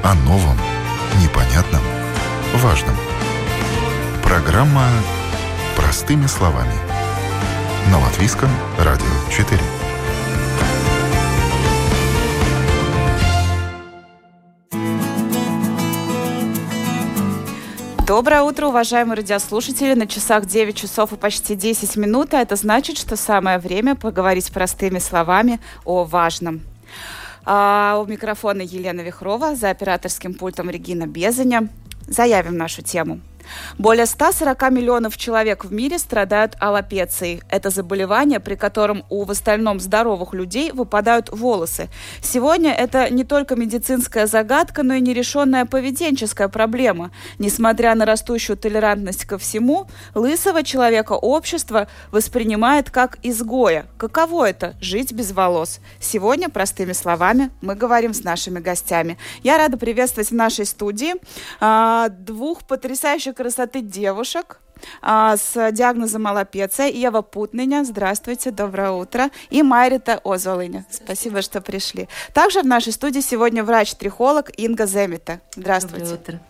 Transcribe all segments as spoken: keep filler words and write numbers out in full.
О новом, непонятном, важном. Программа «Простыми словами» на Латвийском радио четыре. Доброе утро, уважаемые радиослушатели. На часах девять часов и почти десять минут, а это значит, что самое время поговорить простыми словами о важном. А у микрофона Елена Вихрова, за операторским пультом Регина Безаня. Заявим нашу тему. Более ста сорока миллионов человек в мире страдают аллопецией. Это заболевание, при котором у в остальном здоровых людей выпадают волосы. Сегодня это не только медицинская загадка, но и нерешенная поведенческая проблема. Несмотря на растущую толерантность ко всему, лысого человека общество воспринимает как изгоя. Каково это – жить без волос? Сегодня, простыми словами, мы говорим с нашими гостями. Я рада приветствовать в нашей студии а, двух потрясающих красоты девушек а, с диагнозом аллопеция. Ева Путныня, здравствуйте, доброе утро. И Майрита Озолыня, спасибо, что пришли. Также в нашей студии сегодня врач-трихолог Инга Земита. Здравствуйте. Доброе утро.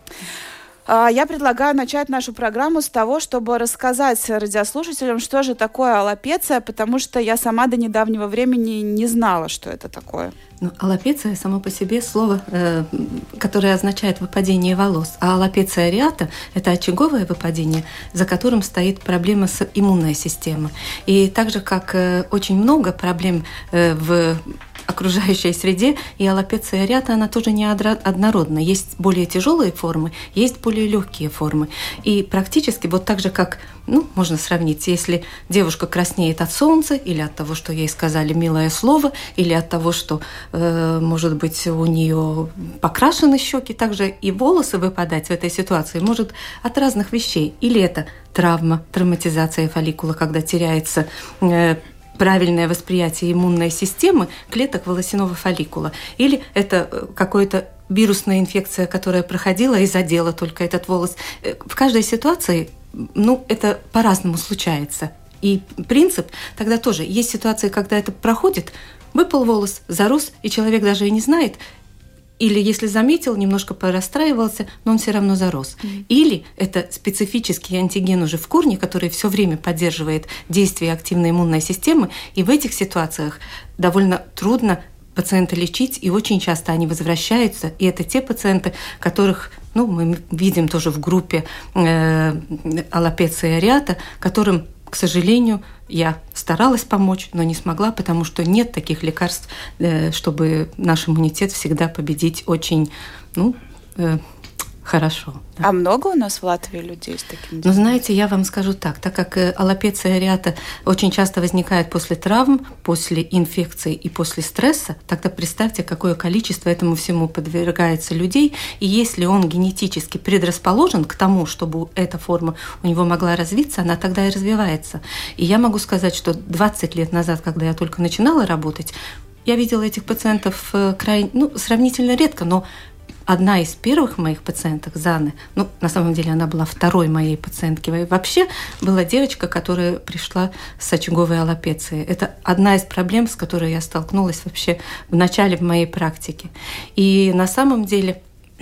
Я предлагаю начать нашу программу с того, чтобы рассказать радиослушателям, что же такое аллопеция, потому что я сама до недавнего времени не знала, что это такое. Ну, аллопеция само по себе слово, э, которое означает выпадение волос, а аллопеция ареата – это очаговое выпадение, за которым стоит проблема с иммунной системой. И так же, как э, очень много проблем э, в окружающей среде, и аллопеция ареата, она тоже не однородна. Есть более тяжелые формы, есть более легкие формы. И практически вот так же, как, ну, можно сравнить, если девушка краснеет от солнца, или от того, что ей сказали милое слово, или от того, что, э, может быть, у нее покрашены щеки, также и волосы выпадать в этой ситуации может от разных вещей. Или это травма, травматизация фолликула, когда теряется э, правильное восприятие иммунной системы клеток волосяного фолликула. Или это какая-то вирусная инфекция, которая проходила и задела только этот волос. В каждой ситуации, ну, это по-разному случается. И принцип тогда тоже. Есть ситуации, когда это проходит, выпал волос, зарос, и человек даже и не знает, или если заметил, немножко порастраивался, но он все равно зарос. Mm-hmm. Или это специфический антиген уже в корне, который все время поддерживает действие активной иммунной системы. И в этих ситуациях довольно трудно пациента лечить, и очень часто они возвращаются. И это те пациенты, которых, ну, мы видим тоже в группе э, аллопеция ареата, которым, к сожалению, я старалась помочь, но не смогла, потому что нет таких лекарств, чтобы наш иммунитет всегда победить очень, ну, э, хорошо. Да. А много у нас в Латвии людей с таким делом? Ну, знаете, я вам скажу так, так как аллопеция ареата очень часто возникает после травм, после инфекций и после стресса, тогда представьте, какое количество этому всему подвергается людей, и если он генетически предрасположен к тому, чтобы эта форма у него могла развиться, она тогда и развивается. И я могу сказать, что двадцать лет назад, когда я только начинала работать, я видела этих пациентов крайне, ну, сравнительно редко, но одна из первых моих пациенток, Заны, ну, на самом деле она была второй моей пациенткой, вообще была девочка, которая пришла с очаговой аллопецией. Это одна из проблем, с которой я столкнулась вообще в начале в моей практике. И на самом деле,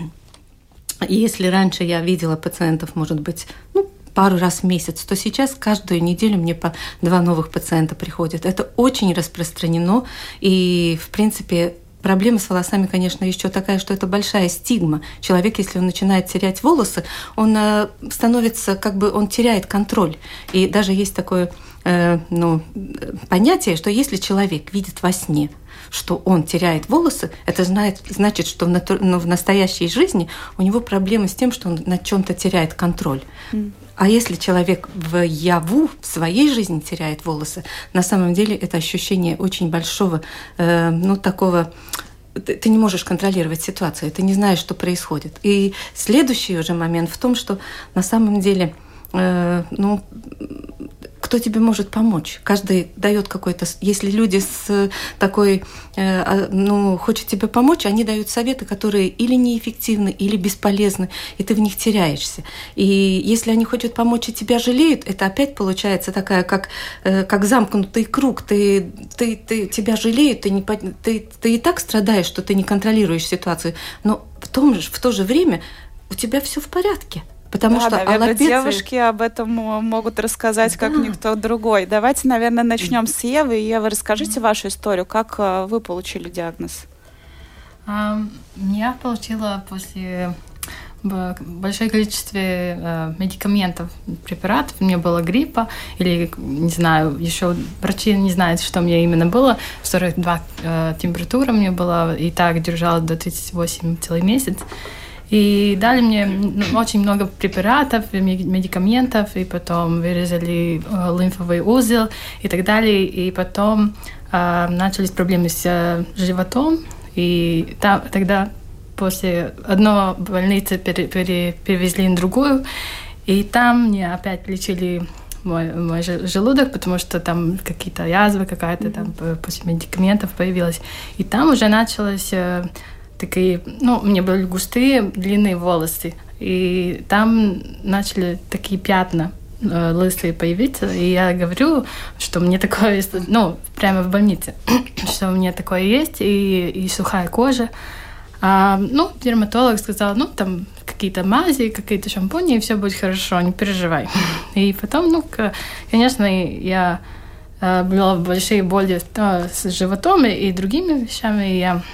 если раньше я видела пациентов, может быть, ну, пару раз в месяц, то сейчас каждую неделю мне по два новых пациента приходят. Это очень распространено, и, в принципе, проблема с волосами, конечно, еще такая, что это большая стигма. Человек, если он начинает терять волосы, он э, становится, как бы, он теряет контроль. И даже есть такое э, ну, понятие, что если человек видит во сне, что он теряет волосы, это знает, значит, что в, натур, ну, в настоящей жизни у него проблемы с тем, что он на чем-то теряет контроль. Mm. А если человек в яву, в своей жизни теряет волосы, на самом деле это ощущение очень большого, э, ну, такого... Ты, ты не можешь контролировать ситуацию, ты не знаешь, что происходит. И следующий уже момент в том, что на самом деле, э, ну, кто тебе может помочь? Каждый дает какой-то... Если люди с такой, э, ну, хочет тебе помочь, они дают советы, которые или неэффективны, или бесполезны, и ты в них теряешься. И если они хотят помочь и тебя жалеют, это опять получается такая, как, э, как замкнутый круг. Ты, ты, ты, тебя жалеют, ты, не, ты, ты и так страдаешь, что ты не контролируешь ситуацию, но в том же, в то же время у тебя все в порядке. Потому да, что наверное, аллопеция... девушки об этом могут рассказать, как да. никто другой. Давайте, наверное, начнем с Евы. Ева, расскажите вашу историю. Как вы получили диагноз? Um, я получила после большое количество э, медикаментов, препаратов. У меня было гриппа, или, не знаю, еще врачи не знают, что у меня именно было. сорок два э, температура у меня была, и так держала до тридцать восемь целый месяц. И дали мне ну, очень много препаратов, медикаментов, и потом вырезали э, лимфовый узел и так далее. И потом э, начались проблемы с э, животом. И там, тогда после одной больницы пере, пере, перевезли на другую, и там мне опять лечили мой, мой желудок, потому что там какие-то язвы, какая-то mm-hmm. там после медикаментов появилась. И там уже началось э, такие, ну, у меня были густые, длинные волосы, и там начали такие пятна э, лысые появиться, и я говорю, что мне такое есть, ну, прямо в больнице, что у меня такое есть, и, и сухая кожа. А, ну, дерматолог сказал, ну, там какие-то мази, какие-то шампуни, и все будет хорошо, не переживай. И потом, ну, конечно, я была большие боли с животом и другими вещами, и я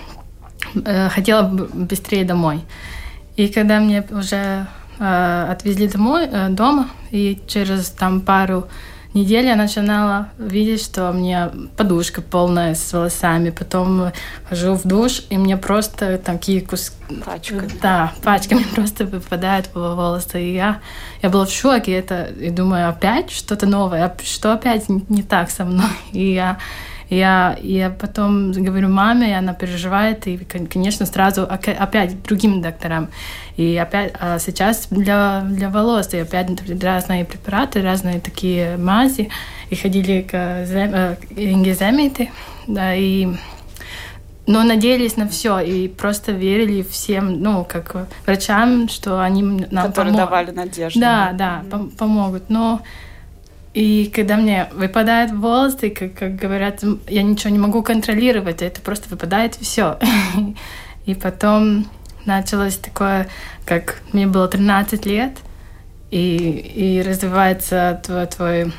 хотела быстрее домой. И когда меня уже отвезли домой, дома, и через там пару неделю я начинала видеть, что у меня подушка полная с волосами. Потом хожу в душ, и мне просто такие куски... Пачками. Да, пачками просто выпадают в волосы. И я, я была в шоке. Это, и думаю, опять что-то новое? Что опять не, не так со мной? И я... Я, я потом говорю маме, и она переживает, и, конечно, сразу опять другим докторам. И опять а сейчас для, для волос, и опять разные препараты, разные такие мази, и ходили к ингеземиты, да, и... Но надеялись на все и просто верили всем, ну, как врачам, что они нам Которые помогут. давали надежду. Да, да, mm-hmm. пом- помогут, но... И когда мне выпадают волосы, как, как говорят, я ничего не могу контролировать, это просто выпадает и все. И потом началось такое, как мне было тринадцать лет, и, и развивается твой, твой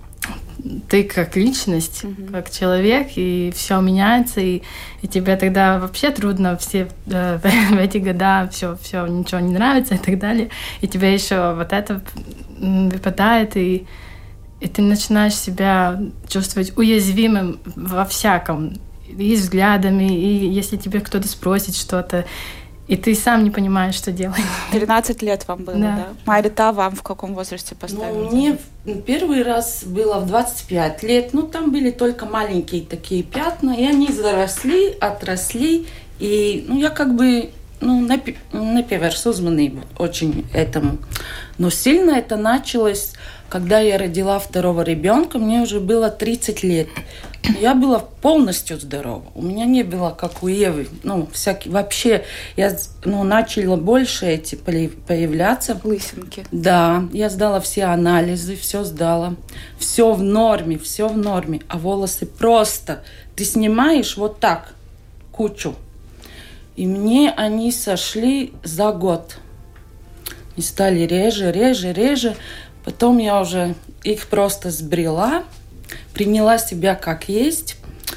ты как личность, mm-hmm. как человек, и все меняется, и, и тебе тогда вообще трудно все э, в эти года все, все ничего не нравится и так далее, и тебе еще вот это выпадает, и И ты начинаешь себя чувствовать уязвимым во всяком. И взглядами, и если тебе кто-то спросит что-то, и ты сам не понимаешь, что делать. тринадцать лет вам было, да? да? Марита, вам в каком возрасте поставили? Ну, мне первый раз было в двадцать пять лет. Ну, там были только маленькие такие пятна, и они заросли, отросли. И, ну, я как бы, ну, напиваюсь uzmanību очень этому. Но сильно это началось... Когда я родила второго ребенка, мне уже было тридцать лет. Я была полностью здорова. У меня не было, как у Евы, ну, всякие... Вообще, я ну, начала больше эти появляться. Лысинки. Да, я сдала все анализы, все сдала. Все в норме, все в норме. А волосы просто... Ты снимаешь вот так, кучу. И мне они сошли за год. И стали реже, реже, реже. Потом я уже их просто сбрила, приняла себя как есть.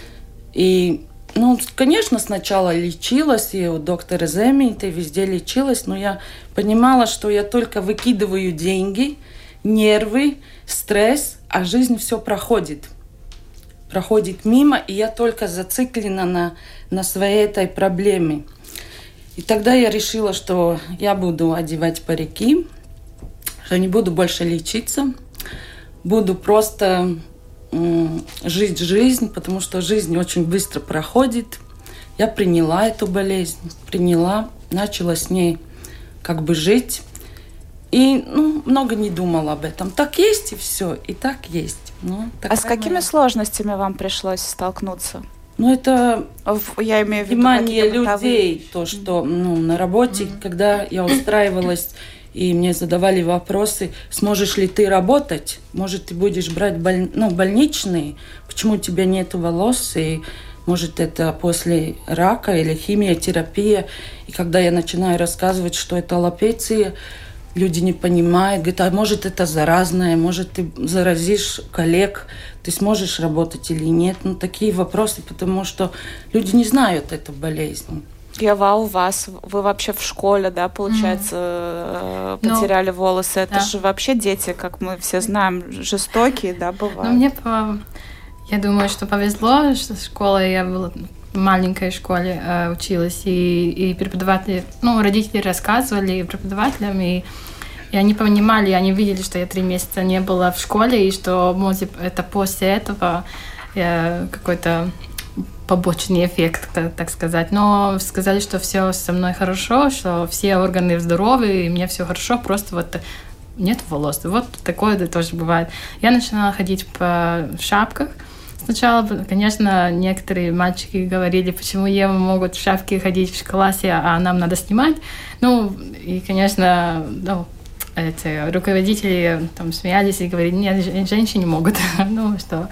И, ну, конечно, сначала лечилась, и у доктора Земита везде лечилась, но я понимала, что я только выкидываю деньги, нервы, стресс, а жизнь все проходит. Проходит мимо, и я только зациклена на, на своей этой проблеме. И тогда я решила, что я буду одевать парики, что не буду больше лечиться, буду просто м- жить жизнь, потому что жизнь очень быстро проходит. Я приняла эту болезнь, приняла, начала с ней как бы жить. И ну, много не думала об этом. Так есть и все, и так есть. Ну, а с какими моя... сложностями вам пришлось столкнуться? Ну, это я имею в виду внимание людей, то, что ну, на работе, mm-hmm. когда я устраивалась, и мне задавали вопросы, сможешь ли ты работать, может, ты будешь брать боль... ну, больничные, почему у тебя нет волос, и Может, это после рака или химиотерапия. И когда я начинаю рассказывать, что это аллопеция, люди не понимают, говорят, а может это заразное, может ты заразишь коллег, ты сможешь работать или нет. Ну, такие вопросы, потому что люди не знают эту болезнь. Ева, у вас, вы вообще в школе, да, получается, mm. потеряли ну, волосы. Это да. же вообще дети, как мы все знаем, жестокие, да, бывают. Ну, мне, по... я думаю, что повезло, что школа, я была в маленькой школе э, училась, и, и преподаватели, ну, родители рассказывали преподавателям, и, и они понимали, они видели, что я три месяца не была в школе, и что, может, это после этого э, какой-то побочный эффект, так сказать. Но сказали, что все со мной хорошо, что все органы здоровы, и мне все хорошо, просто вот нет волос. Вот такое да, тоже бывает. Я начинала ходить по шапках. Сначала, конечно, некоторые мальчики говорили, почему Ева могут в шапке ходить в классе, а нам надо снимать. Ну, и, конечно, ну, эти руководители там смеялись и говорили, нет, женщины могут. ну, что...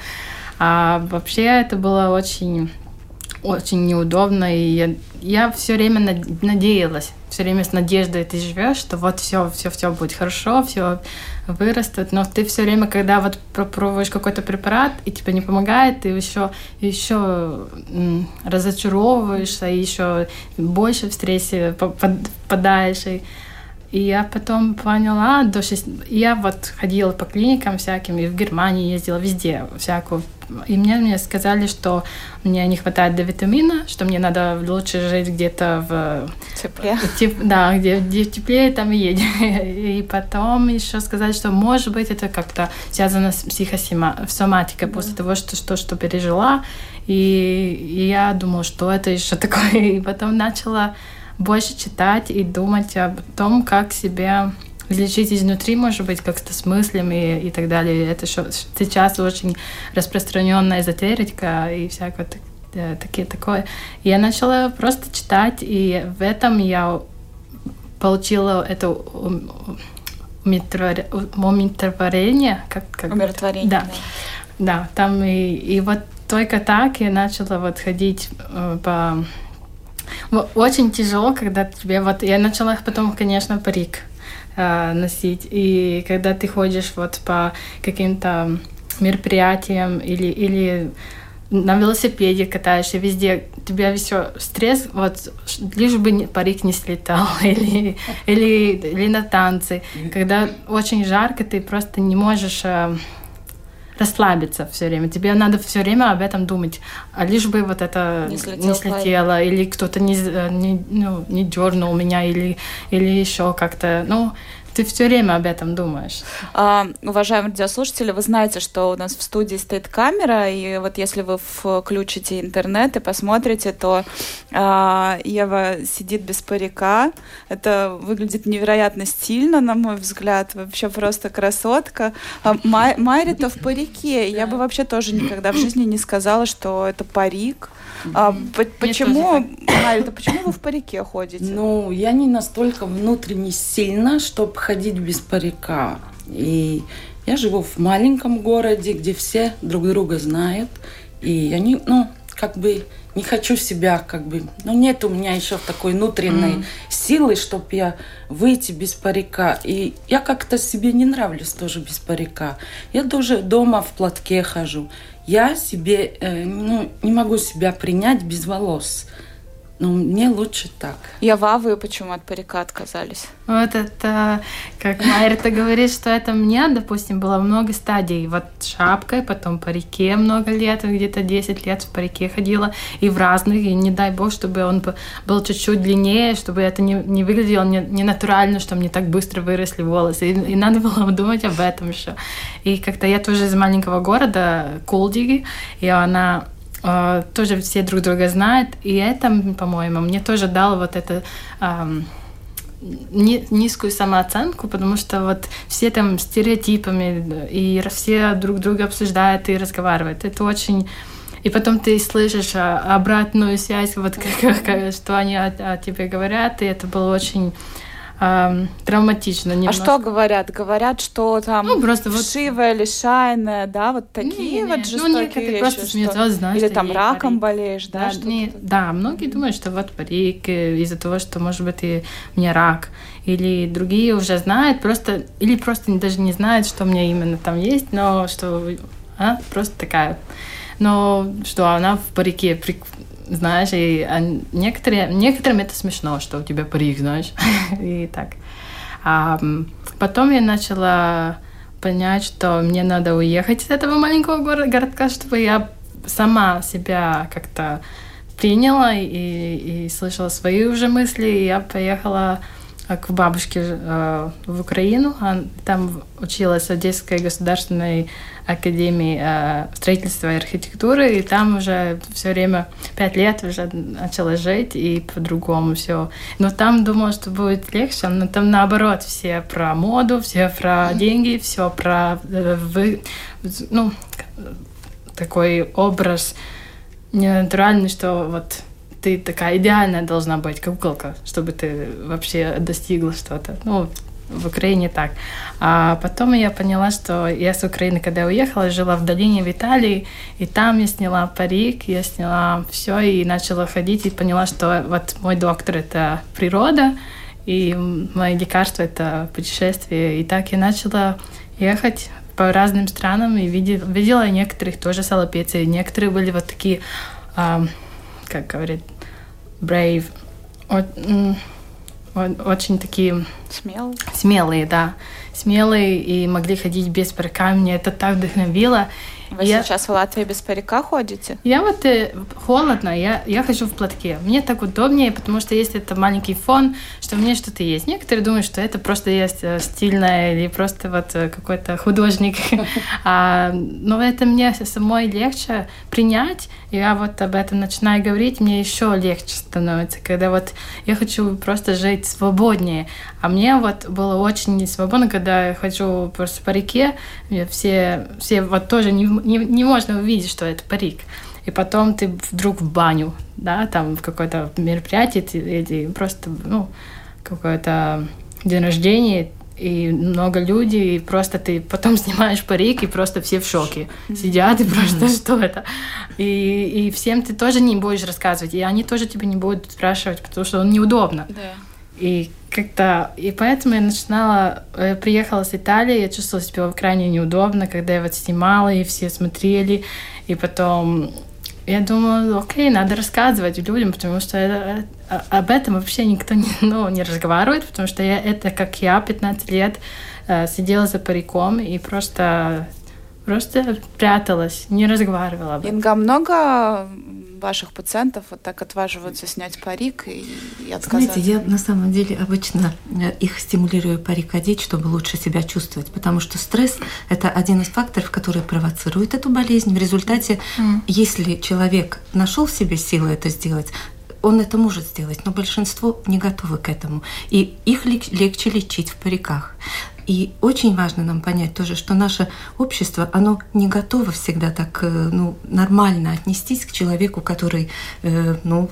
А вообще это было очень... очень неудобно, и я, я все время надеялась, все время с надеждой ты живешь, что вот все, все, все будет хорошо, все вырастет, но ты все время, когда вот пробуешь какой-то препарат и тебе не помогает, ты еще, еще разочаровываешься, и еще больше в стрессе попадаешь. И, и я потом поняла, до шесть... я вот ходила по клиникам всяким, и в Германии ездила везде, всякую. И мне, мне сказали, что мне не хватает D-витамина, что мне надо лучше жить где-то в... Тепле. Теп... Да, где, где теплее, там и едем. И потом еще сказали, что, может быть, это как-то связано с психосоматикой, да. После того, что, что, что пережила. И, и я думала, что это еще такое. И потом начала больше читать и думать о том, как себя... излечить изнутри, может быть, как-то с мыслями и так далее. Это сейчас очень распространенная эзотерика и всякое такие, такое. И я начала просто читать, и в этом я получила это умиротворение. Как, как умиротворение. Да. Да. Да, там и, и вот только так я начала вот ходить по... Очень тяжело, когда тебе вот... Я начала потом, конечно, парик носить. И когда ты ходишь вот по каким-то мероприятиям или, или на велосипеде катаешься, везде, у тебя все стресс, вот лишь бы парик не слетал, или, или, или на танцы. Когда очень жарко, ты просто не можешь расслабиться все время. Тебе надо все время об этом думать. А лишь бы вот это не, не слетело, или кто-то не, не, ну, не дернул меня, или, или еще как-то. Ну, ты все время об этом думаешь. А, уважаемые радиослушатели, вы знаете, что у нас в студии стоит камера, и вот если вы включите интернет и посмотрите, то а, Ева сидит без парика. Это выглядит невероятно стильно, на мой взгляд. Вообще просто красотка. А, Май, Майри-то в парике. Я бы вообще тоже никогда в жизни не сказала, что это парик. А, mm-hmm. Почему, Майри-то, почему вы в парике ходите? Ну, я не настолько внутренне сильна, чтобы ходить без парика. И я живу в маленьком городе, где все друг друга знают. И я не, ну, как бы не хочу себя, как бы, ну, нет у меня еще такой внутренней mm. силы, чтобы я выйти без парика. И я как-то себе не нравлюсь тоже без парика. Я тоже дома в платке хожу. Я себе, э, ну, не могу себя принять без волос. Но мне лучше так. Ева, вы почему от парика отказались? Вот это, как Майра-то говорит, что это мне, допустим, было много стадий. Вот шапкой, потом парике много лет, где-то десять лет в парике ходила. И в разных, и не дай бог, чтобы он был чуть-чуть длиннее, чтобы это не, не выглядело не, не натурально, что мне так быстро выросли волосы. И, и надо было думать об этом еще. И как-то я тоже из маленького города, Кулдиги, и она... Uh, тоже все друг друга знают, и это, по-моему, мне тоже дало вот эту um, ни, низкую самооценку, потому что вот все там стереотипами, и все друг друга обсуждают и разговаривают. Это очень... И потом ты слышишь обратную связь, вот как, как, что они о, о тебе говорят, и это было очень э, травматично немножко. А что говорят? Говорят, что там ну, просто вшивая, вот... лишайная, да, вот такие не, вот не. жестокие ну, некоторые вещи. просто смеются, знаешь, или там раком парик. болеешь, да? Да, не, да, многие думают, что вот парик из-за того, что, может быть, и у меня рак. Или другие уже знают, просто, или просто даже не знают, что у меня именно там есть, но что а, просто такая. Но что она в парике, знаешь, и а некоторые, некоторым это смешно, что у тебя парик, знаешь, и так. А потом я начала понять, что мне надо уехать из этого маленького города, городка, чтобы я сама себя как-то приняла и, и слышала свои уже мысли, и я поехала к бабушке э, в Украину. Она там училась в Одесской государственной академии э, строительства и архитектуры, и там уже все время, пять лет уже начала жить, и по-другому все. Но там думала, что будет легче, но там наоборот, все про моду, все про деньги, все про э, вы, ну, такой образ ненатуральный, что вот ты такая идеальная должна быть, куколка, чтобы ты вообще достигла что-то. Ну, в Украине так. А потом я поняла, что я с Украины, когда уехала, жила в долине в Италии, и там я сняла парик, я сняла все и начала ходить, и поняла, что вот мой доктор — это природа, и мои лекарства — это путешествие. И так я начала ехать по разным странам, и видела, видела некоторых тоже с аллопецией, некоторые были вот такие... как говорит, brave, очень такие... Смелые. Смелые, да. Смелые и могли ходить без парика. Мне это так вдохновило. Вы я... сейчас в Латвии без парика ходите? Я вот э, холодно, я, я хожу в платке. Мне так удобнее, потому что есть это маленький фон, что у меня что-то есть. Некоторые думают, что это просто есть стильное или просто вот какой-то художник. а, но это мне самой легче принять. Я вот об этом начинаю говорить, мне еще легче становится, когда вот я хочу просто жить свободнее. А мне вот было очень несвободно, когда я хожу просто по реке, все, все вот тоже не, не, не можно увидеть, что это парик. И потом ты вдруг в баню, да, там в какое-то мероприятие или просто, ну, какое-то день рождения, и много людей, и просто ты потом снимаешь парик, и просто все в шоке сидят, и просто mm-hmm. что это? И, и всем ты тоже не будешь рассказывать, и они тоже тебя не будут спрашивать, потому что он неудобно. Yeah. И как-то... И поэтому я начинала... Я приехала с Италии, я чувствовала себя крайне неудобно, когда я вот снимала, и все смотрели, и потом... Я думала, окей, надо рассказывать людям, потому что это, об этом вообще никто не, ну, не разговаривает, потому что я, это как я, пятнадцать лет, э, сидела за париком и просто, просто пряталась, не разговаривала об этом. Инга, много ваших пациентов вот так отваживаются снять парик и, и отказаться? Знаете, я на самом деле обычно их стимулирую парик одеть, чтобы лучше себя чувствовать, потому что стресс — это один из факторов, который провоцирует эту болезнь. В результате, mm. если человек нашел в себе силы это сделать, он это может сделать, но большинство не готовы к этому. И их легче лечить в париках. И очень важно нам понять тоже, что наше общество, оно не готово всегда так, ну, нормально отнестись к человеку, который, ну,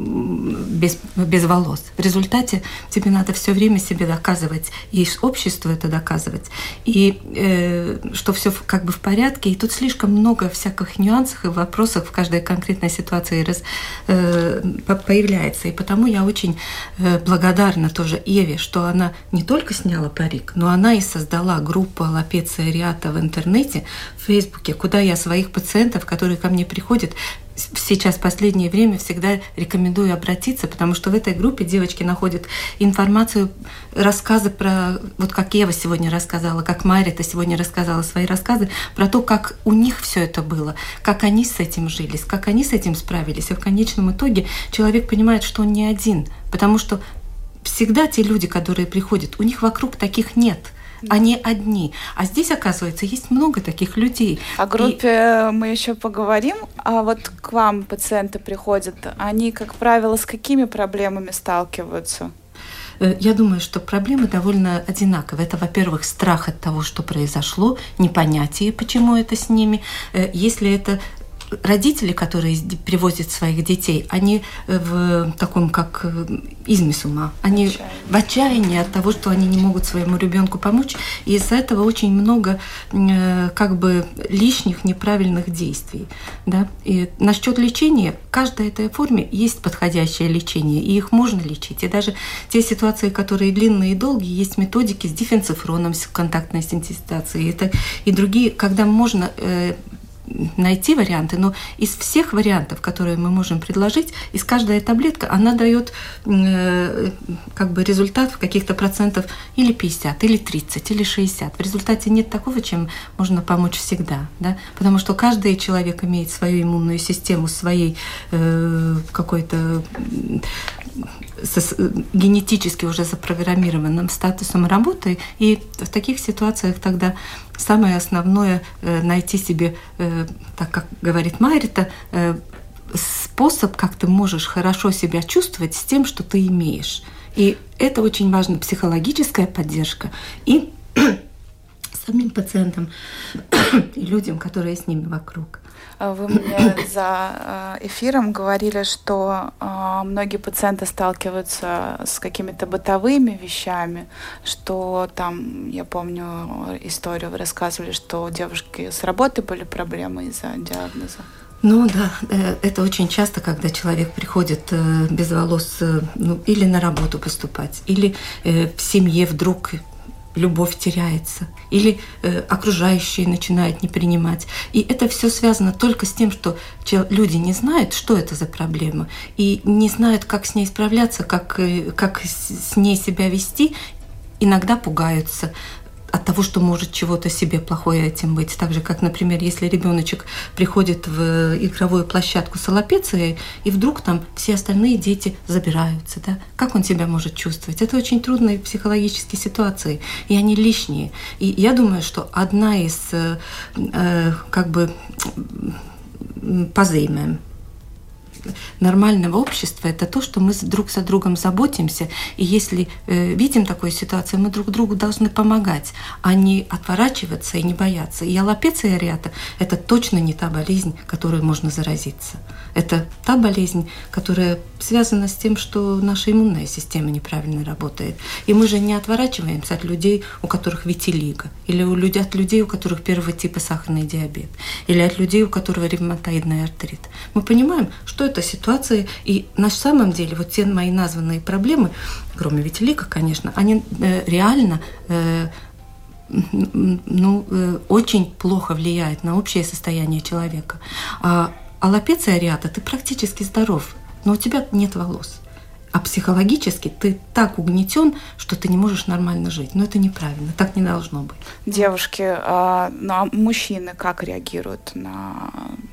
без, без волос. В результате тебе надо все время себе доказывать, и обществу это доказывать, и э, что все как бы в порядке. И тут слишком много всяких нюансов и вопросов в каждой конкретной ситуации раз, э, появляется. И потому я очень э, благодарна тоже Еве, что она не только сняла парик, но она и создала группу «Аллопеция ареата» в интернете, в Фейсбуке, куда я своих пациентов, которые ко мне приходят, сейчас в последнее время всегда рекомендую обратиться, потому что в этой группе девочки находят информацию, рассказы про, вот как Ева сегодня рассказала, как Марита сегодня рассказала свои рассказы про то, как у них все это было, как они с этим жили, как они с этим справились. И в конечном итоге человек понимает, что он не один, потому что всегда те люди, которые приходят, у них вокруг таких нет. Они одни. А здесь, оказывается, есть много таких людей. О группе и... мы еще поговорим. А вот к вам пациенты приходят. Они, как правило, с какими проблемами сталкиваются? Я думаю, что проблемы довольно одинаковые. Это, во-первых, страх от того, что произошло, непонятие, почему это с ними. Если это родители, которые привозят своих детей, они в таком, как измис ума. Они отчаяние. в отчаянии от того, что они не могут своему ребенку помочь. И из-за этого очень много как бы лишних неправильных действий. Да? И насчет лечения, в каждой этой форме есть подходящее лечение, и их можно лечить. И даже те ситуации, которые длинные и долгие, есть методики с дифенцифроном, с контактной синтезацией это, и другие, когда можно найти варианты, но из всех вариантов, которые мы можем предложить, из каждая таблетка, она дает э, как бы результат в каких-то процентов или пятьдесят, или тридцать, или шестьдесят. В результате нет такого, чем можно помочь всегда, да? Потому что каждый человек имеет свою иммунную систему, своей э, какой-то с генетически уже запрограммированным статусом работы, и в таких ситуациях тогда самое основное — найти себе, так как говорит Майрита, способ, как ты можешь хорошо себя чувствовать с тем, что ты имеешь. И это очень важно, психологическая поддержка и самим пациентам и людям, которые с ними вокруг. Вы мне за эфиром говорили, что многие пациенты сталкиваются с какими-то бытовыми вещами, что там, я помню историю, вы рассказывали, что у девушки с работы были проблемы из-за диагноза. Ну да, это очень часто, когда человек приходит без волос, ну, или на работу поступать, или в семье вдруг любовь теряется, или э, окружающие начинают не принимать. И это все связано только с тем, что люди не знают, что это за проблема, и не знают, как с ней справляться, как, э, как с ней себя вести, иногда пугаются от того, что может чего-то себе плохое этим быть. Так же, как, например, если ребеночек приходит в игровую площадку с аллопецией, и вдруг там все остальные дети забираются. Да? Как он себя может чувствовать? Это очень трудные психологические ситуации, и они лишние. И я думаю, что одна из э, как бы позеймем нормального общества — это то, что мы друг за другом заботимся, и если э, видим такую ситуацию, мы друг другу должны помогать, а не отворачиваться и не бояться. И аллопеция ареата — это точно не та болезнь, которой можно заразиться. Это та болезнь, которая связана с тем, что наша иммунная система неправильно работает. И мы же не отворачиваемся от людей, у которых витилиго, или от людей, у которых первого типа сахарный диабет, или от людей, у которых ревматоидный артрит. Мы понимаем, что это ситуация, и на самом деле вот те мои названные проблемы, кроме витилиго, конечно, они э, реально э, ну, э, очень плохо влияют на общее состояние человека. А аллопеция ареата — ты практически здоров, но у тебя нет волос. А психологически ты так угнетен, что ты не можешь нормально жить. Но это неправильно, так не должно быть. Девушки, а, ну, а мужчины как реагируют на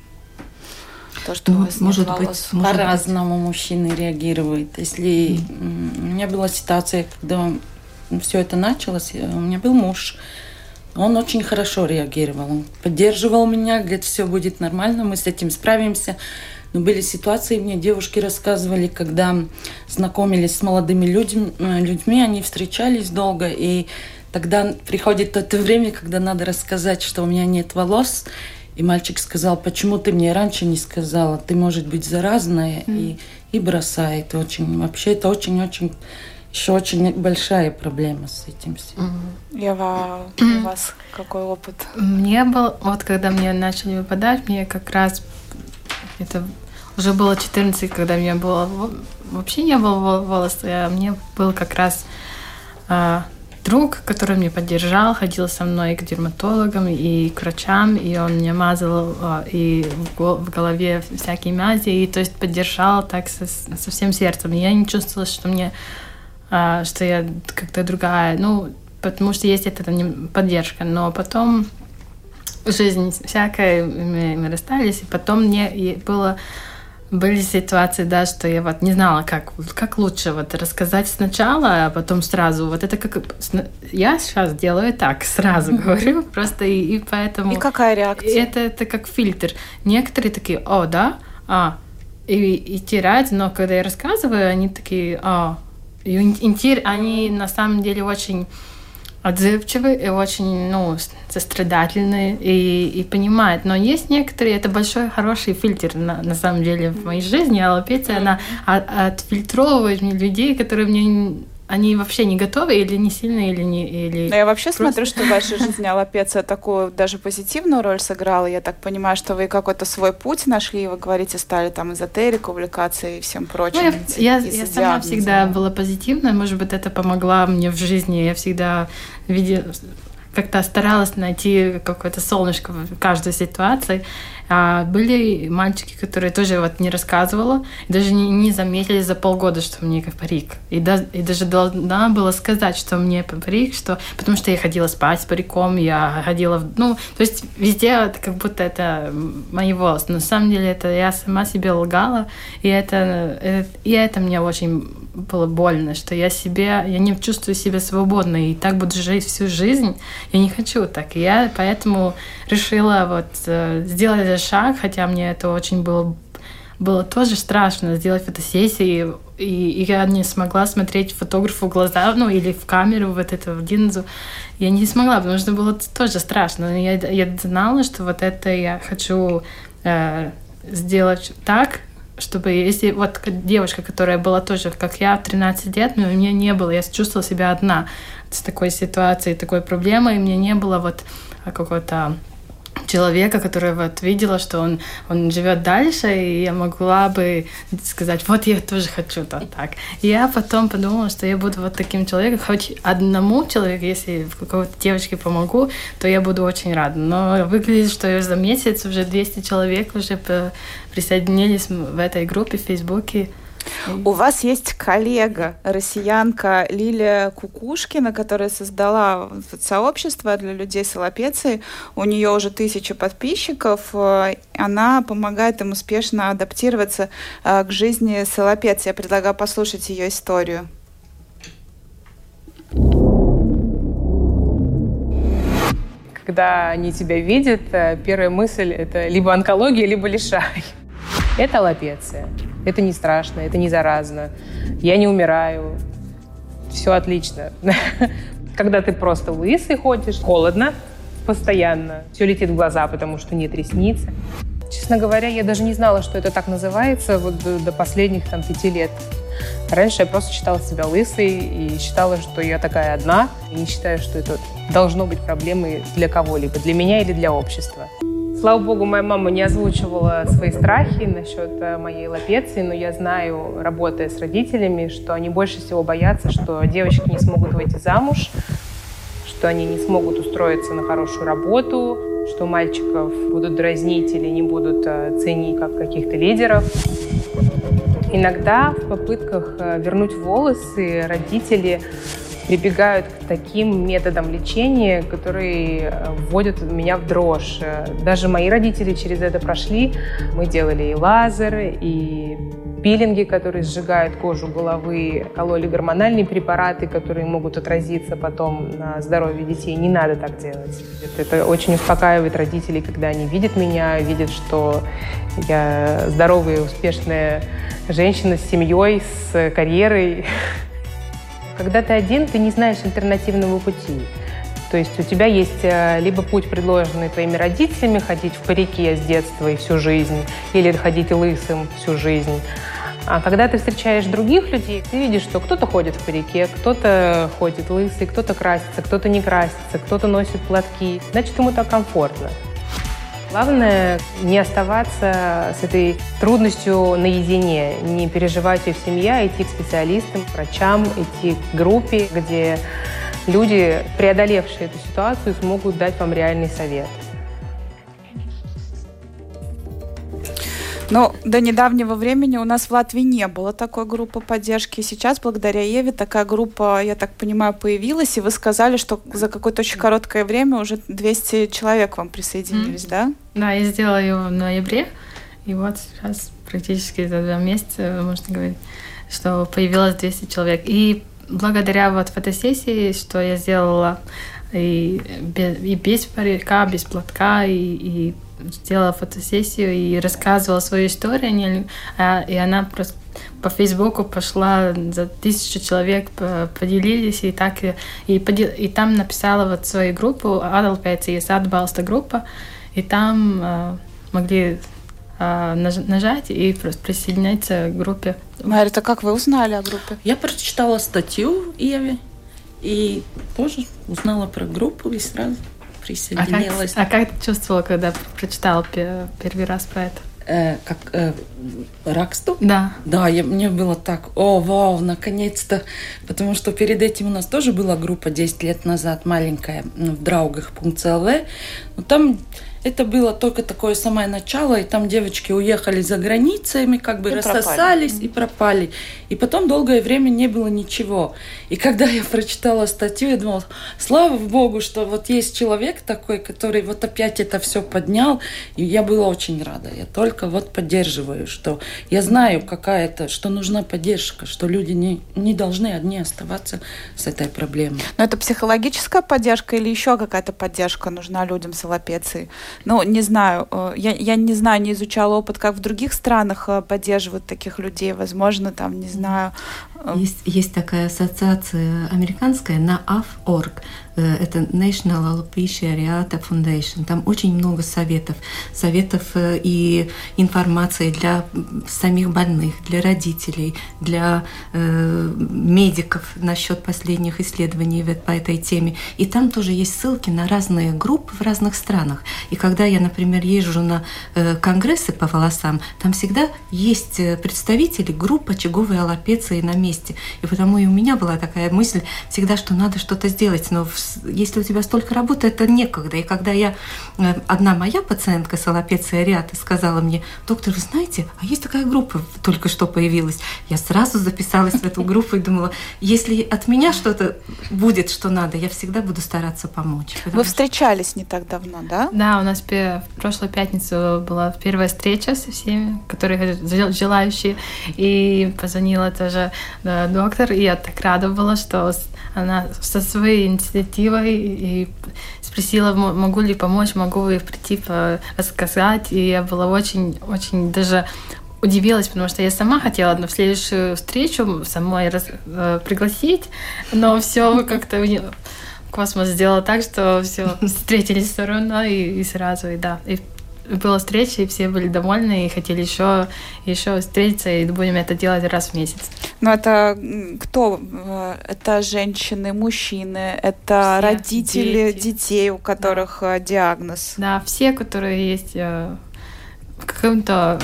то, что ну, у вас может нет быть, волос? может По-разному быть. Мужчины реагируют. Если mm. у меня была ситуация, когда все это началось, у меня был муж, он очень хорошо реагировал, он поддерживал меня, говорит, все будет нормально, мы с этим справимся. Но были ситуации, мне девушки рассказывали, когда знакомились с молодыми людьми, людьми, они встречались долго, и тогда приходит это время, когда надо рассказать, что у меня нет волос. И мальчик сказал, почему ты мне раньше не сказала, ты, может быть, заразная, mm. и, и бросает. Очень, вообще это очень-очень, еще очень большая проблема с этим всем. Mm. Ева, mm. у вас какой опыт? Мне был, вот когда мне начали выпадать, мне как раз, это уже было четырнадцать, когда мне было, вообще не было волос, а мне был как раз а, друг, который меня поддержал, ходил со мной к дерматологам и к врачам, и он мне мазал и в голове всякие мази, и то есть поддержал так со, со всем сердцем. И я не чувствовала, что мне, что я как-то другая, ну, потому что есть эта поддержка. Но потом жизнь всякая, мы, мы расстались, и потом мне было... Были ситуации, да, что я вот не знала, как, как лучше вот рассказать сначала, а потом сразу. Вот это как... Я сейчас делаю так, сразу говорю, просто и, и поэтому... И какая реакция? Это, это как фильтр. Некоторые такие, о, да, а, и, и терять, но когда я рассказываю, они такие, а, и интер... они на самом деле очень отзывчивый и очень, ну, сострадательный и, и понимает. Но есть некоторые, это большой хороший фильтр на, на самом деле в моей жизни. Аллопеция, она от, отфильтровывает людей, которые мне... Они вообще не готовы или не сильные, или не... Или Но я вообще просто... смотрю, что в вашей жизни аллопеция такую даже позитивную роль сыграла. Я так понимаю, что вы какой-то свой путь нашли, вы говорите, стали там эзотерикой увлекаться и всем прочим. Ну, я я, я сама всегда была позитивна, может быть, это помогло мне в жизни. Я всегда видела... как-то старалась найти какое-то солнышко в каждой ситуации. А были мальчики, которые тоже вот не рассказывала, даже не, не заметили за полгода, что мне парик. И, да, и даже должна была сказать, что мне парик, что... потому что я ходила спать с париком, я ходила... В... Ну, то есть везде как будто это мои волосы. Но на самом деле это я сама себе лгала, и это, это, и это мне очень было больно, что я себе... Я не чувствую себя свободной, и так буду жить всю жизнь. Я не хочу так. И я поэтому решила вот сделать этот шаг, хотя мне это очень было, было тоже страшно, сделать фотосессии, и, и я не смогла смотреть фотографу в глаза, ну, или в камеру, вот эту в линзу. Я не смогла, потому что было тоже страшно. Но я, я знала, что вот это я хочу э, сделать так, чтобы если вот девушка, которая была тоже, как я, в тринадцать лет, но у меня не было, я чувствовала себя одна с такой ситуацией, такой проблемой, и мне не было вот какого-то человека, который вот видела, что он, он живет дальше, и я могла бы сказать, вот я тоже хочу то так. И я потом подумала, что я буду вот таким человеком, хоть одному человеку, если какой-то девочке помогу, то я буду очень рада. Но выглядит, что за месяц уже двести человек уже присоединились в этой группе в Фейсбуке. У вас есть коллега, россиянка Лилия Кукушкина, которая создала сообщество для людей с аллопецией. У нее уже тысяча подписчиков. Она помогает им успешно адаптироваться к жизни с аллопецией. Я предлагаю послушать ее историю. Когда они тебя видят, первая мысль – это либо онкология, либо лишай. Это аллопеция. Это не страшно, это не заразно. Я не умираю. Все отлично. Когда ты просто лысый ходишь, холодно постоянно. Все летит в глаза, потому что нет ресниц. Честно говоря, я даже не знала, что это так называется вот до, до последних там, пяти лет. Раньше я просто считала себя лысой и считала, что я такая одна. И не считаю, что это должно быть проблемой для кого-либо, для меня или для общества. Слава богу, моя мама не озвучивала свои страхи насчет моей аллопеции, но я знаю, работая с родителями, что они больше всего боятся, что девочки не смогут выйти замуж, что они не смогут устроиться на хорошую работу, что мальчиков будут дразнить или не будут ценить как каких-то лидеров. Иногда в попытках вернуть волосы родители прибегают к таким методам лечения, которые вводят меня в дрожь. Даже мои родители через это прошли. Мы делали и лазер, и пилинги, которые сжигают кожу головы, кололи гормональные препараты, которые могут отразиться потом на здоровье детей. Не надо так делать. Это очень успокаивает родителей, когда они видят меня, видят, что я здоровая, успешная женщина с семьей, с карьерой. Когда ты один, ты не знаешь альтернативного пути. То есть у тебя есть либо путь, предложенный твоими родителями, ходить в парике с детства и всю жизнь, или ходить лысым всю жизнь. А когда ты встречаешь других людей, ты видишь, что кто-то ходит в парике, кто-то ходит лысый, кто-то красится, кто-то не красится, кто-то носит платки. Значит, ему так комфортно. Главное не оставаться с этой трудностью наедине, не переживать ее в семье, а идти к специалистам, к врачам, идти к группе, где люди, преодолевшие эту ситуацию, смогут дать вам реальный совет. Но до недавнего времени у нас в Латвии не было такой группы поддержки. Сейчас, благодаря Еве, такая группа, я так понимаю, появилась. И вы сказали, что за какое-то очень короткое время уже двести человек вам присоединились, mm. да? Да, я сделала ее в ноябре. И вот сейчас практически за два месяца, можно говорить, что появилось двести человек. И благодаря вот фотосессии, что я сделала и без, и без парика, без платка, и, и сделала фотосессию и рассказывала свою историю, и она просто по Фейсбуку пошла, за тысячу человек поделились, и так и, и, и там написала вот свою группу, Адалпēcijas atbalsta группа, и там э, могли э, нажать и просто присоединяться к группе. Мария, это как вы узнали о группе? Я прочитала статью Еве и тоже узнала про группу и сразу присоединилась. А как, а как ты чувствовала, когда прочитала первый раз про это? Э, как э, Раксту? Да. Да, я, мне было так, о, вау, наконец-то. Потому что перед этим у нас тоже была группа десять лет назад, маленькая, в Draugах точка эл ви. Но там это было только такое самое начало, и там девочки уехали за границами, как бы и рассосались пропали. и пропали. И потом долгое время не было ничего. И когда я прочитала статью, я думала, слава Богу, что вот есть человек такой, который вот опять это все поднял. И я была очень рада. Я только вот поддерживаю, что я знаю, какая это, что нужна поддержка, что люди не, не должны одни оставаться с этой проблемой. Но это психологическая поддержка или еще какая-то поддержка нужна людям с аллопецией? Ну, не знаю, я, я не знаю, не изучала опыт, как в других странах поддерживают таких людей, возможно, там, не знаю. Есть, есть такая ассоциация американская, наав точка орг, это National Alopecia Areata Foundation. Там очень много советов, советов и информации для самих больных, для родителей, для э, медиков насчет последних исследований по этой теме. И там тоже есть ссылки на разные группы в разных странах. И когда я, например, езжу на э, конгрессы по волосам, там всегда есть представители групп очаговой аллопеции на месте. И потому и у меня была такая мысль всегда, что надо что-то сделать. Но если у тебя столько работы, это некогда. И когда я, одна моя пациентка с аллопецией ареата сказала мне, доктор, вы знаете, а есть такая группа, только что появилась. Я сразу записалась в эту группу и думала, если от меня что-то будет, что надо, я всегда буду стараться помочь. Вы встречались не так давно, да? Да, у нас в прошлую пятницу была первая встреча со всеми, которые желающие. И позвонила тоже доктор, и я так рада была, что она со своей инициативой и спросила, могу ли помочь, могу ли прийти рассказать. И я была очень, очень даже удивилась, потому что я сама хотела на следующую встречу самой раз, э, пригласить, но все как-то космос сделал так, что все встретились все равно и, и сразу, и да. И была встреча, и все были довольны, и хотели еще, еще встретиться, и будем это делать раз в месяц. Но это кто? Это женщины, мужчины, это все родители дети. Детей, у которых да. диагноз. Да, все, которые есть в каком-то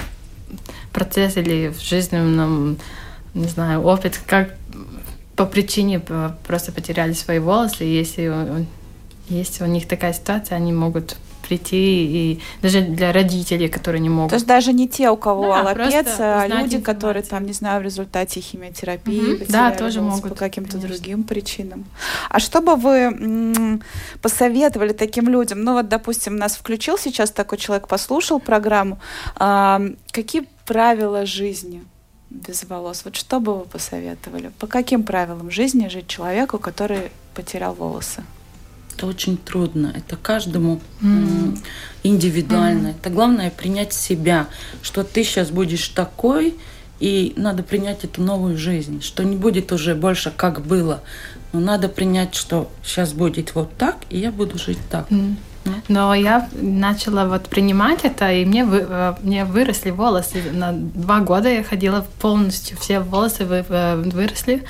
процессе или в жизненном, не знаю, опыт, как по причине просто потеряли свои волосы, и если, если у них такая ситуация, они могут прийти, и даже для родителей, которые не могут. То есть даже не те, у кого да, аллопеция, а люди, информацию. Которые там, не знаю, в результате химиотерапии угу. да, тоже могут по каким-то конечно. другим причинам. А что бы вы м- посоветовали таким людям? Ну вот, допустим, нас включил сейчас такой человек, послушал программу. А, какие правила жизни без волос? Вот что бы вы посоветовали? По каким правилам жизни жить человеку, который потерял волосы? Это очень трудно. Это каждому mm. индивидуально. Mm. Это главное принять себя, что ты сейчас будешь такой, и надо принять эту новую жизнь, что не будет уже больше как было. Но надо принять, что сейчас будет вот так, и я буду жить так. Mm. Но я начала вот принимать это, и мне, вы, мне выросли волосы. На два года я ходила полностью, все волосы вы, выросли.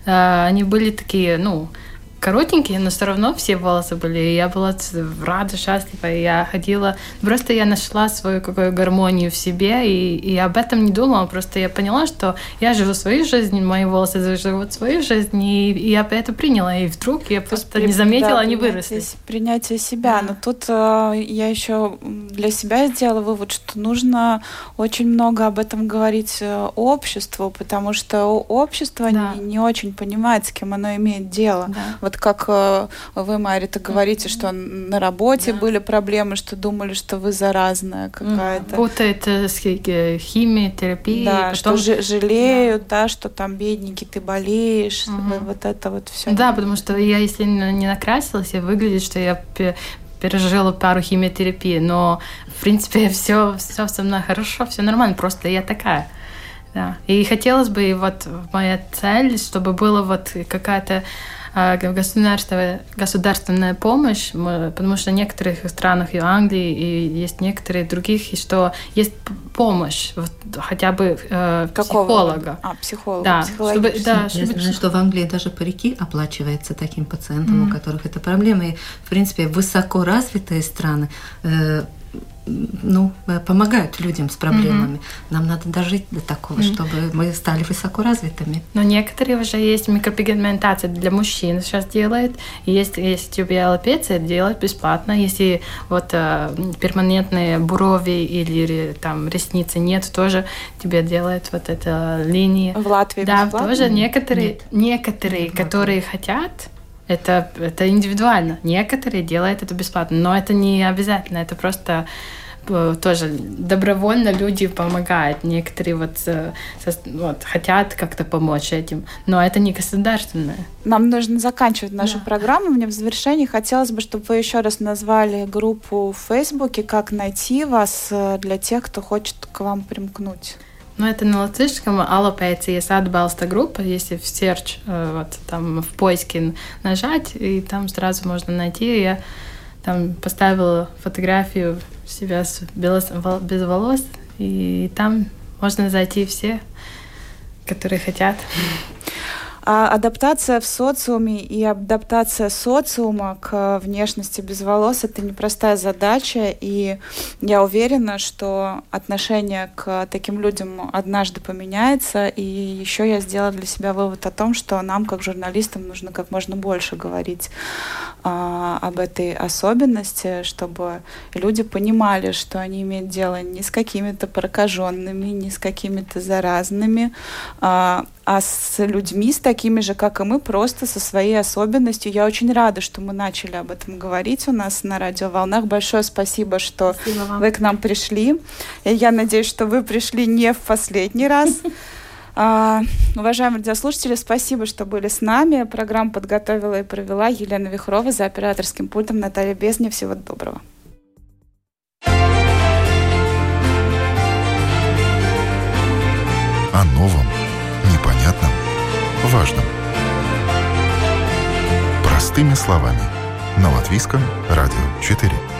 Они были такие, ну, коротенькие, но все равно все волосы были. И я была рада, счастлива. И я ходила... Просто я нашла свою какую гармонию в себе, и, и об этом не думала. Просто я поняла, что я живу свою жизнь, мои волосы живут свою жизнь, и, и я это приняла. И вдруг я просто при... не заметила, да, они выросли. Принятие себя. Да. Но тут э, я еще для себя сделала вывод, что нужно очень много об этом говорить обществу, потому что общество да. не, не очень понимает, с кем оно имеет дело. Да. Вот как э, вы, Марита, говорите, mm-hmm. что на работе да. были проблемы, что думали, что вы заразная какая-то. Путает mm-hmm. с химиотерапией. Да, потом... что жалеют, да. да, что там, бедненький, ты болеешь, mm-hmm. вот это вот все. Да, потому что я, если не накрасилась, я выглядит, что я пережила пару химиотерапий, но, в принципе, все, все со мной хорошо, все нормально, просто я такая. Да. И хотелось бы, вот моя цель, чтобы была вот какая-то государственная, государственная помощь, потому что в некоторых странах, и в Англии, и есть некоторые других, и что есть помощь, вот, хотя бы э, психолога. А, психолога. Да, чтобы, да, Я чтобы... знаю, что в Англии даже парики оплачиваются таким пациентам, mm. у которых это проблема. И, в принципе, высоко развитые страны э, ну, помогают людям с проблемами. Mm-hmm. Нам надо дожить до такого, mm-hmm. чтобы мы стали высокоразвитыми. Но некоторые уже есть микропигментация для мужчин сейчас делают. И если, если тебе аллопеция, делать бесплатно. Если вот э, перманентные брови или там ресницы нет, тоже тебе делают вот эта линия. В Латвии да, бесплатно? тоже некоторые, нет. некоторые, нет, которые хотят. Это, это индивидуально. Некоторые делают это бесплатно, но это не обязательно. Это просто тоже добровольно люди помогают. Некоторые вот, вот хотят как-то помочь этим, но это не государственное. Нам нужно заканчивать нашу да. программу. Мне в завершении хотелось бы, чтобы вы еще раз назвали группу в Фейсбуке, как найти вас для тех, кто хочет к вам примкнуть. Ну, это на латышском аллопēcijas atbalsta группа. Если в search, вот там в поиске нажать, и там сразу можно найти. Я там поставила фотографию себя без волос, и там можно зайти все, которые хотят. А адаптация в социуме и адаптация социума к внешности без волос — это непростая задача, и я уверена, что отношение к таким людям однажды поменяется, и еще я сделала для себя вывод о том, что нам, как журналистам, нужно как можно больше говорить а, об этой особенности, чтобы люди понимали, что они имеют дело не с какими-то прокаженными, не с какими-то заразными, а, а с людьми, с такими же, как и мы, просто со своей особенностью. Я очень рада, что мы начали об этом говорить у нас на радиоволнах. Большое спасибо, что спасибо вы к нам пришли. Я надеюсь, что вы пришли не в последний раз. Uh, уважаемые радиослушатели, спасибо, что были с нами. Программу подготовила и провела Елена Вихрова, за операторским пультом Наталья Бездня. Всего доброго. О новом, непонятном, важном. Простыми словами. На Латвийском радио четыре.